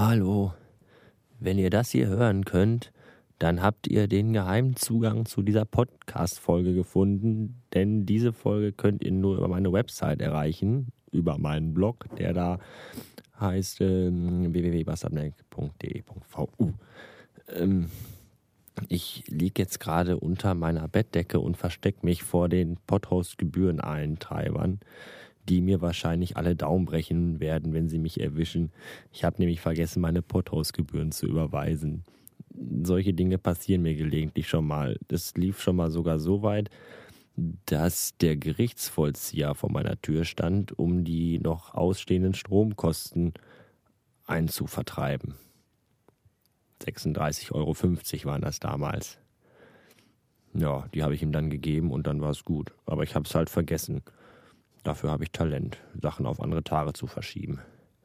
Hallo, wenn ihr das hier hören könnt, dann habt ihr den geheimen Zugang zu dieser Podcast-Folge gefunden, denn diese Folge könnt ihr nur über meine Website erreichen, über meinen Blog, der da heißt www.bastardmac.de.vu. Ich liege jetzt gerade unter meiner Bettdecke und verstecke mich vor den Podhost-Gebühreneintreibern, die mir wahrscheinlich alle Daumen brechen werden, wenn sie mich erwischen. Ich habe nämlich vergessen, meine Podhost-Gebühren zu überweisen. Solche Dinge passieren mir gelegentlich schon mal. Das lief schon mal sogar so weit, dass der Gerichtsvollzieher vor meiner Tür stand, um die noch ausstehenden Stromkosten einzuvertreiben. 36,50 Euro waren das damals. Ja, die habe ich ihm dann gegeben und dann war es gut. Aber ich habe es halt vergessen. Dafür habe ich Talent, Sachen auf andere Tage zu verschieben.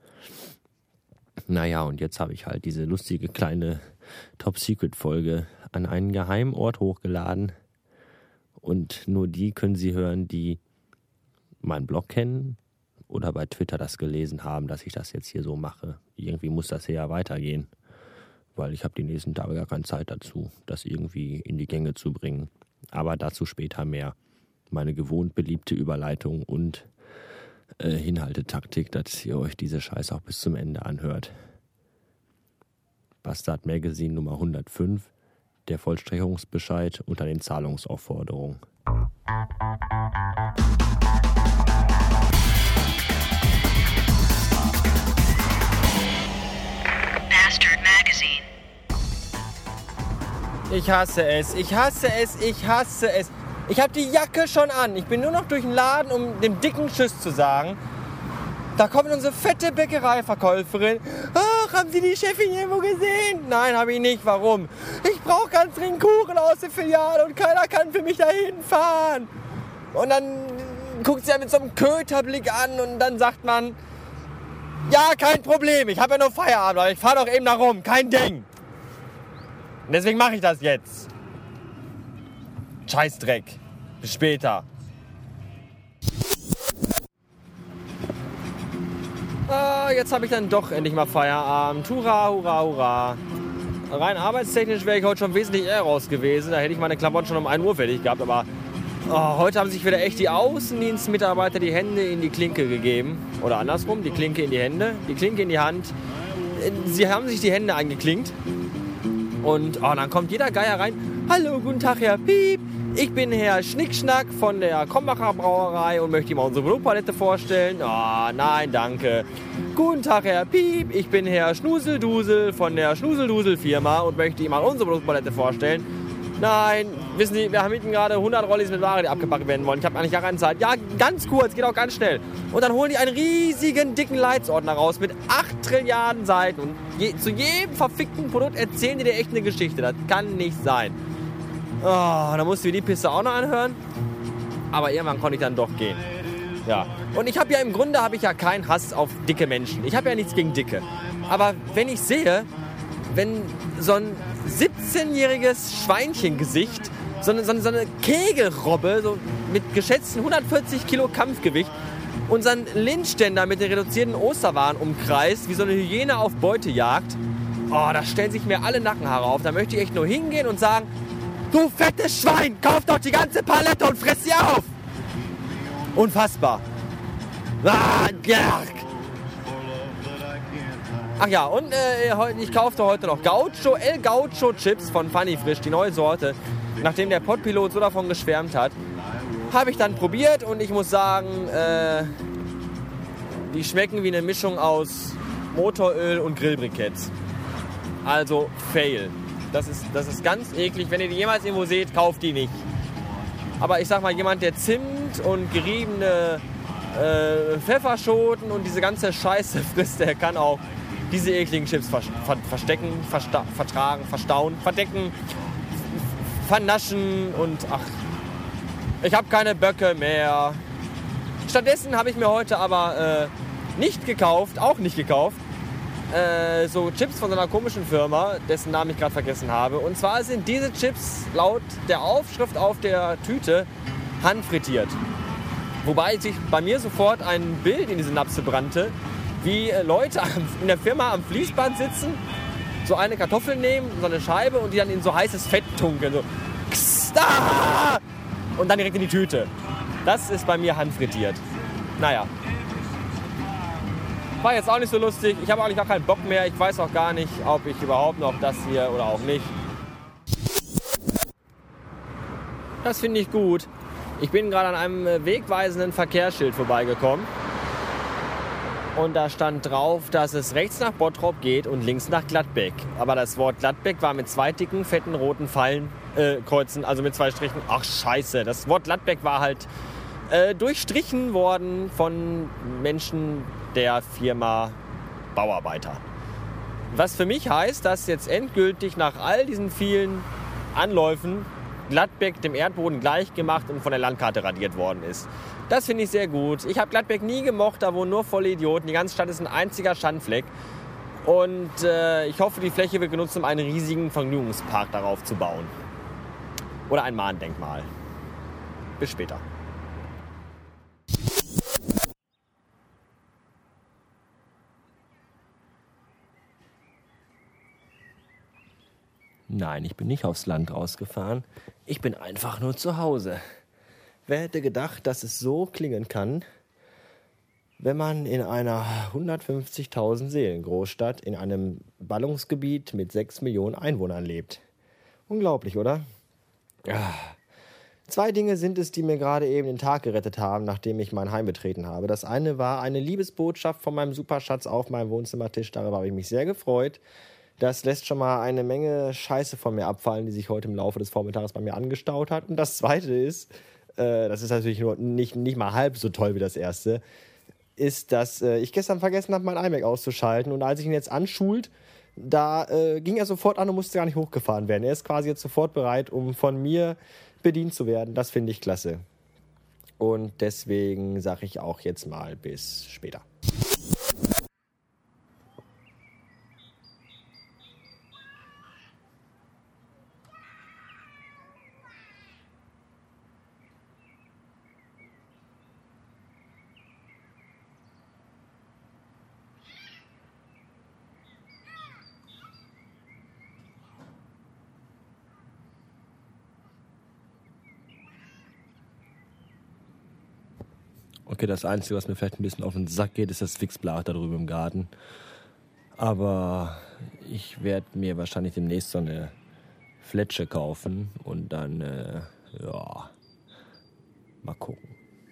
Naja, und jetzt habe ich halt diese lustige kleine Top-Secret-Folge an einen geheimen Ort hochgeladen. Und nur die können Sie hören, die meinen Blog kennen oder bei Twitter das gelesen haben, dass ich das jetzt hier so mache. Irgendwie muss das hier ja weitergehen, weil ich habe die nächsten Tage gar keine Zeit dazu, das irgendwie in die Gänge zu bringen. Aber dazu später mehr. Meine gewohnt beliebte Überleitung und Hinhaltetaktik, dass ihr euch diese Scheiße auch bis zum Ende anhört. Bastard Magazine Nummer 105, der Vollstreckungsbescheid unter den Zahlungsaufforderungen. Bastard Magazine. Ich hasse es. Ich habe die Jacke schon an. Ich bin nur noch durch den Laden, um dem Dicken Tschüss zu sagen. Da kommt unsere fette Bäckereiverkäuferin. Ach, haben Sie die Chefin irgendwo gesehen? Nein, habe ich nicht. Warum? Ich brauche ganz dringend Kuchen aus der Filiale und keiner kann für mich dahin fahren. Und dann guckt sie ja mit so einem Köterblick an und dann sagt man, ja, kein Problem, ich habe ja nur Feierabend, aber ich fahre doch eben da rum, kein Ding. Und deswegen mache ich das jetzt. Scheißdreck. Bis später. Jetzt habe ich dann doch endlich mal Feierabend. Hurra, hurra, hurra. Rein arbeitstechnisch wäre ich heute schon wesentlich eher raus gewesen. Da hätte ich meine Klamotten schon um 1 Uhr fertig gehabt. Aber heute haben sich wieder echt die Außendienstmitarbeiter die Hände in die Klinke gegeben. Oder andersrum, die Klinke in die Hände, die Klinke in die Hand. Sie haben sich die Hände eingeklinkt. Und dann kommt jeder Geier rein. Hallo, guten Tag, Herr Piep. Ich bin Herr Schnickschnack von der Krombacher Brauerei und möchte Ihnen mal unsere Produktpalette vorstellen. Nein, danke. Guten Tag, Herr Piep. Ich bin Herr Schnuseldusel von der Schnuseldusel-Firma und möchte Ihnen mal unsere Produktpalette vorstellen. Nein, wissen Sie, wir haben hinten gerade 100 Rollis mit Ware, die abgepackt werden wollen. Ich habe eigentlich gar keine Zeit. Ja, ganz kurz, geht auch ganz schnell. Und dann holen die einen riesigen, dicken Leitsordner raus mit 8 Trilliarden Seiten. Und zu jedem verfickten Produkt erzählen die dir echt eine Geschichte. Das kann nicht sein. Da mussten wir die Pisse auch noch anhören. Aber irgendwann konnte ich dann doch gehen. Ja. Und ich habe ja im Grunde keinen Hass auf dicke Menschen. Ich habe ja nichts gegen Dicke. Aber wenn ich sehe, wenn so ein 17-jähriges Schweinchengesicht, so eine Kegelrobbe, so mit geschätzten 140 Kilo Kampfgewicht, unseren Lynchständer mit den reduzierten Osterwaren umkreist, wie so eine Hyäne auf Beutejagd, da stellen sich mir alle Nackenhaare auf. Da möchte ich echt nur hingehen und sagen, du fettes Schwein, kauf doch die ganze Palette und fress sie auf! Unfassbar. Ach ja, und ich kaufte heute noch El Gaucho Chips von Funny Frisch, die neue Sorte. Nachdem der Podpilot so davon geschwärmt hat, habe ich dann probiert und ich muss sagen, die schmecken wie eine Mischung aus Motoröl und Grillbriketts. Also Fail. Das ist ganz eklig. Wenn ihr die jemals irgendwo seht, kauft die nicht. Aber ich sag mal, jemand, der Zimt und geriebene Pfefferschoten und diese ganze Scheiße frisst, der kann auch diese ekligen Chips verstecken, vertragen, verstauen, verdecken, vernaschen und ich habe keine Böcke mehr. Stattdessen habe ich mir heute aber nicht gekauft, so Chips von so einer komischen Firma, dessen Namen ich gerade vergessen habe. Und zwar sind diese Chips laut der Aufschrift auf der Tüte handfrittiert. Wobei sich bei mir sofort ein Bild in die Synapse brannte, wie Leute in der Firma am Fließband sitzen, so eine Kartoffel nehmen, so eine Scheibe und die dann in so heißes Fett tunken. So. Und dann direkt in die Tüte. Das ist bei mir handfrittiert. Naja. War jetzt auch nicht so lustig. Ich habe eigentlich gar keinen Bock mehr. Ich weiß auch gar nicht, ob ich überhaupt noch das hier oder auch nicht. Das finde ich gut. Ich bin gerade an einem wegweisenden Verkehrsschild vorbeigekommen. Und da stand drauf, dass es rechts nach Bottrop geht und links nach Gladbeck. Aber das Wort Gladbeck war mit 2 dicken, fetten, roten Kreuzen, also mit 2 Strichen. Ach scheiße, das Wort Gladbeck war halt durchstrichen worden von Menschen der Firma Bauarbeiter. Was für mich heißt, dass jetzt endgültig nach all diesen vielen Anläufen Gladbeck dem Erdboden gleichgemacht und von der Landkarte radiert worden ist. Das finde ich sehr gut. Ich habe Gladbeck nie gemocht, da wohnen nur volle Idioten. Die ganze Stadt ist ein einziger Schandfleck. Und ich hoffe, die Fläche wird genutzt, um einen riesigen Vergnügungspark darauf zu bauen. Oder ein Mahndenkmal. Bis später. Nein, ich bin nicht aufs Land rausgefahren. Ich bin einfach nur zu Hause. Wer hätte gedacht, dass es so klingen kann, wenn man in einer 150.000 Seelen Großstadt in einem Ballungsgebiet mit 6 Millionen Einwohnern lebt. Unglaublich, oder? Ja. 2 Dinge sind es, die mir gerade eben den Tag gerettet haben, nachdem ich mein Heim betreten habe. Das eine war eine Liebesbotschaft von meinem Superschatz auf meinem Wohnzimmertisch. Darüber habe ich mich sehr gefreut. Das lässt schon mal eine Menge Scheiße von mir abfallen, die sich heute im Laufe des Vormittags bei mir angestaut hat. Und das Zweite ist, das ist natürlich nur nicht mal halb so toll wie das Erste, ist, dass ich gestern vergessen habe, mein iMac auszuschalten. Und als ich ihn jetzt anschult, da ging er sofort an und musste gar nicht hochgefahren werden. Er ist quasi jetzt sofort bereit, um von mir bedient zu werden. Das finde ich klasse. Und deswegen sage ich auch jetzt mal bis später. Okay, das Einzige, was mir vielleicht ein bisschen auf den Sack geht, ist das Wichsblatt da drüben im Garten. Aber ich werde mir wahrscheinlich demnächst so eine Fletsche kaufen und dann, mal gucken.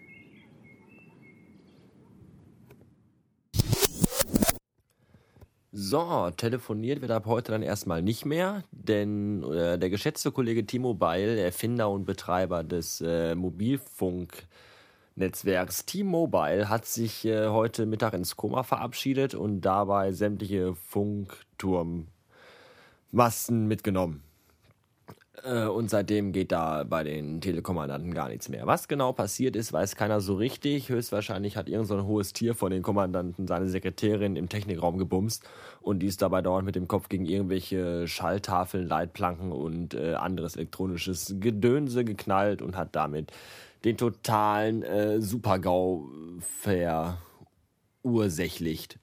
So, telefoniert wird ab heute dann erstmal nicht mehr, denn der geschätzte Kollege T-Mobile, Erfinder und Betreiber des Mobilfunknetzwerks T-Mobile, hat sich heute Mittag ins Koma verabschiedet und dabei sämtliche Funkturmmasten mitgenommen. Und seitdem geht da bei den Telekommandanten gar nichts mehr. Was genau passiert ist, weiß keiner so richtig. Höchstwahrscheinlich hat irgend so ein hohes Tier von den Kommandanten seine Sekretärin im Technikraum gebumst und die ist dabei dauernd mit dem Kopf gegen irgendwelche Schalltafeln, Leitplanken und anderes elektronisches Gedönse geknallt und hat damit den totalen Super-GAU verursächlicht.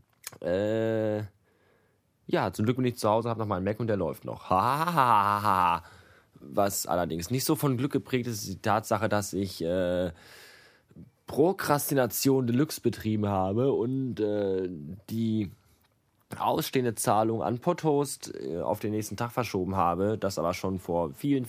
Ja, zum Glück bin ich zu Hause, habe noch meinen Mac und der läuft noch. Was allerdings nicht so von Glück geprägt ist, ist die Tatsache, dass ich Prokrastination Deluxe betrieben habe und die ausstehende Zahlung an Podhost auf den nächsten Tag verschoben habe. Das aber schon vor vielen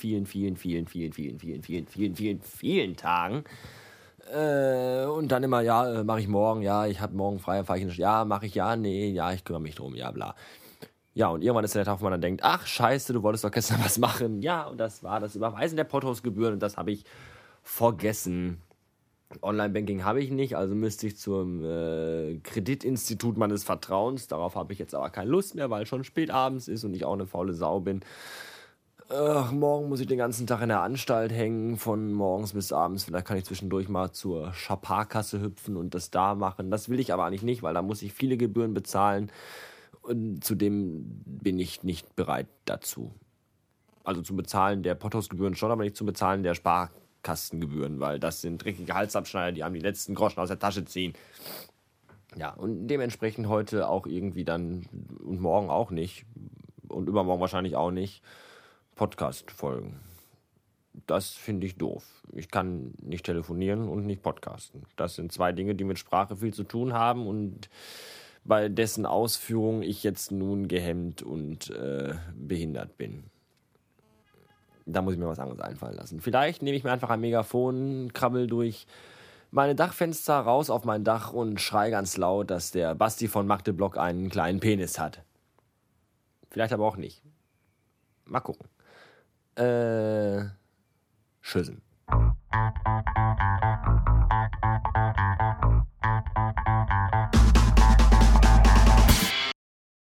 Tagen. Und dann immer, ja, mache ich morgen, ja, ich habe morgen frei, fahre ich nicht, ja, mache ich, ja, nee, ja, ich kümmere mich drum, ja, bla. Ja, und irgendwann ist der Tag, wo man dann denkt, ach, scheiße, du wolltest doch gestern was machen. Ja, und das war das Überweisen der Portosgebühren und das habe ich vergessen. Online-Banking habe ich nicht, also müsste ich zum Kreditinstitut meines Vertrauens. Darauf habe ich jetzt aber keine Lust mehr, weil schon spät abends ist und ich auch eine faule Sau bin. Morgen muss ich den ganzen Tag in der Anstalt hängen, von morgens bis abends. Vielleicht kann ich zwischendurch mal zur Sparkasse hüpfen und das da machen. Das will ich aber eigentlich nicht, weil da muss ich viele Gebühren bezahlen. Und zudem bin ich nicht bereit dazu. Also zum Bezahlen der Portosgebühren schon, aber nicht zum Bezahlen der Sparkassengebühren, weil das sind dreckige Halsabschneider, die einem die letzten Groschen aus der Tasche ziehen. Ja, und dementsprechend heute auch irgendwie dann und morgen auch nicht und übermorgen wahrscheinlich auch nicht Podcast-Folgen. Das finde ich doof. Ich kann nicht telefonieren und nicht podcasten. Das sind 2 Dinge, die mit Sprache viel zu tun haben und bei dessen Ausführung ich jetzt nun gehemmt und behindert bin. Da muss ich mir was anderes einfallen lassen. Vielleicht nehme ich mir einfach ein Megafon, krabbel durch meine Dachfenster raus auf mein Dach und schrei ganz laut, dass der Basti von Magdeburg einen kleinen Penis hat. Vielleicht aber auch nicht. Mal gucken. Schüssen.